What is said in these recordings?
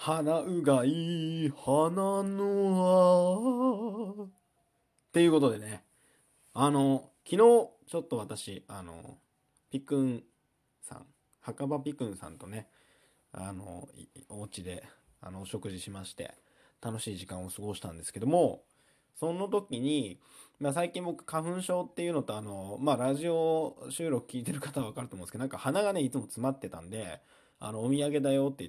鼻うがい、鼻の輪。っていうことでね、昨日、ちょっと私、ピクンさん、墓場ピクンさんとね、お家で、お食事しまして、楽しい時間を過ごしたんですけども、その時に、最近僕、花粉症っていうのと、ラジオ収録聞いてる方はわかると思うんですけど、なんか鼻がね、いつも詰まってたんで、お土産だよって言って、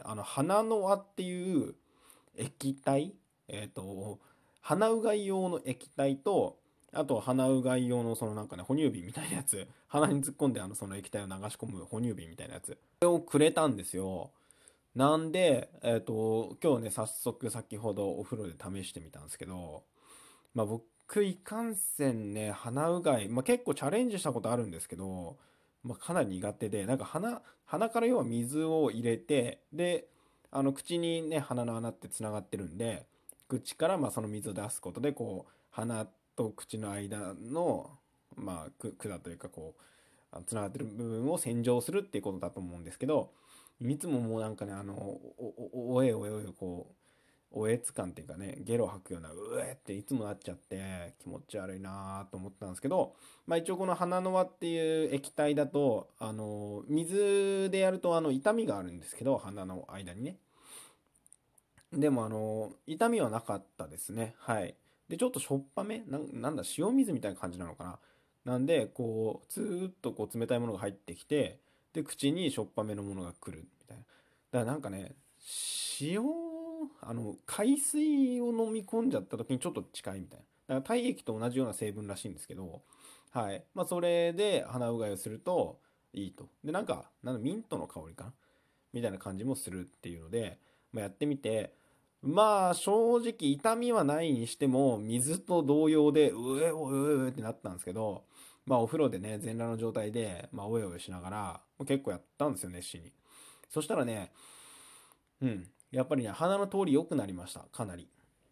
鼻の輪っていう液体、えっと、鼻うがい用の液体と、あと鼻うがい用のそのなんかね、哺乳瓶みたいなやつ、鼻に突っ込んでその液体を流し込む哺乳瓶みたいなやつ、これをくれたんですよ。なんで、今日ね、早速先ほどお風呂で試してみたんですけど、僕いかんせんね、鼻うがい、結構チャレンジしたことあるんですけど、かなり苦手で、なんか鼻から要は水を入れて、で、口にね、鼻の穴ってつながってるんで、口からその水を出すことで、こう、鼻と口の間の、管というか、こう、つながってる部分を洗浄するっていうことだと思うんですけど、いつももうなんかね、おえおえおえ、こう、おえつ感っていうかね、ゲロ吐くような、うえっていつもなっちゃって気持ち悪いなと思ったんですけど、一応この鼻の輪っていう液体だと、水でやると痛みがあるんですけど、鼻の間にね。でも痛みはなかったですね。はい。で、ちょっとしょっぱめなんだ、塩水みたいな感じなのかな。なんで、こう、ツーッとこう冷たいものが入ってきて、で、口にしょっぱめのものが来るみたいな。だからなんかね、塩、海水を飲み込んじゃった時にちょっと近いみたいな。だから体液と同じような成分らしいんですけど、はい。それで鼻うがいをするといいと。で、なんだ、ミントの香りかなみたいな感じもするっていうので、やってみて、正直痛みはないにしても水と同様でうえおえおえってなったんですけど、お風呂でね全裸の状態でおえおえしながら結構やったんですよ、熱心に。そしたらね、やっぱりね、鼻の通り良くなりました、かなり。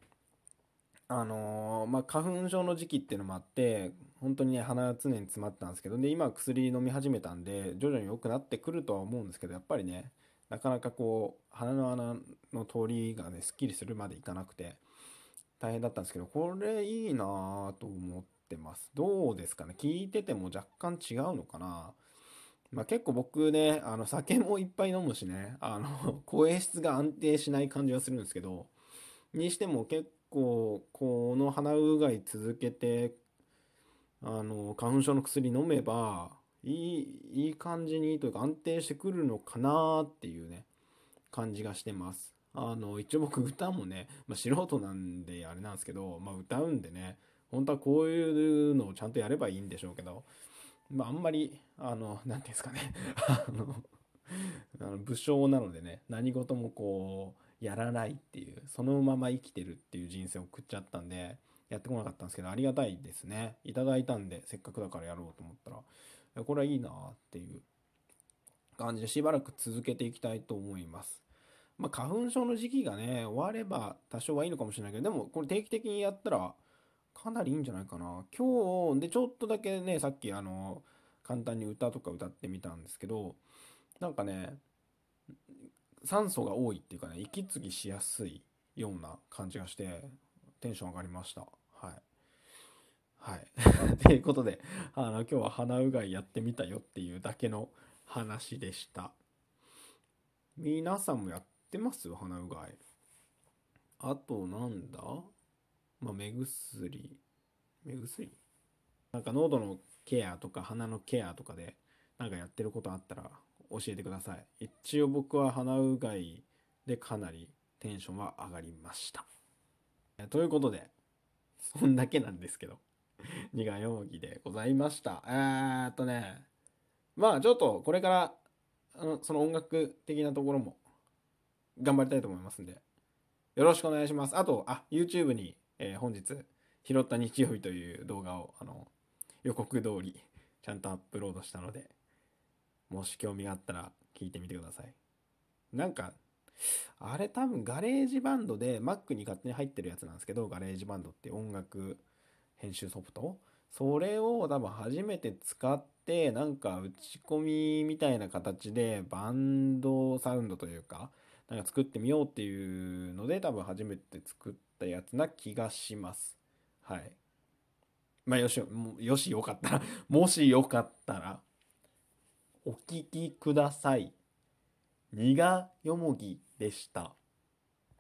花粉症の時期っていうのもあって、本当にね、鼻が常に詰まったんですけど、で、今薬飲み始めたんで、徐々に良くなってくるとは思うんですけど、やっぱりね、なかなかこう、鼻の穴の通りがね、すっきりするまでいかなくて、大変だったんですけど、これいいなぁと思ってます。どうですかね、聞いてても若干違うのかな。結構僕ね、酒もいっぱい飲むしね、声質が安定しない感じはするんですけど、にしても結構この鼻うがい続けて花粉症の薬飲めばいい感じにというか安定してくるのかなっていうね感じがしてます。一応僕歌もね、素人なんであれなんですけど、歌うんでね、本当はこういうのをちゃんとやればいいんでしょうけど、あんまりなんていうんですかねあの武将なのでね、何事もこうやらないっていう、そのまま生きてるっていう人生を送っちゃったんでやってこなかったんですけど、ありがたいですね、いただいたんで、せっかくだからやろうと思ったら、いやこれはいいなっていう感じでしばらく続けていきたいと思います。花粉症の時期がね終われば多少はいいのかもしれないけど、でもこれ定期的にやったらかなりいいんじゃないかな。今日でちょっとだけね、さっき簡単に歌とか歌ってみたんですけど、なんかね、酸素が多いっていうかね、息継ぎしやすいような感じがして、テンション上がりました。はい。はい。ということで、今日は鼻うがいやってみたよっていうだけの話でした。皆さんもやってます鼻うがい。あとなんだ、目薬。目薬なんか喉のケアとか鼻のケアとかでなんかやってることあったら教えてください。一応僕は鼻うがいでかなりテンションは上がりました。ということで、そんだけなんですけど、苦容疑でございました。ちょっとこれからその音楽的なところも頑張りたいと思いますんで、よろしくお願いします。あと、YouTube に、本日、拾った日曜日という動画を予告通りちゃんとアップロードしたので、もし興味があったら聞いてみてください。なんか、あれ多分ガレージバンドで Mac に勝手に入ってるやつなんですけど、ガレージバンドって音楽編集ソフト、それを多分初めて使って、なんか打ち込みみたいな形でバンドサウンドというか、 なんか作ってみようっていうので多分初めて作ったやつな気がします。はい。まあよしよかったらもしよかったらお聞きください。ニガヨモギでした。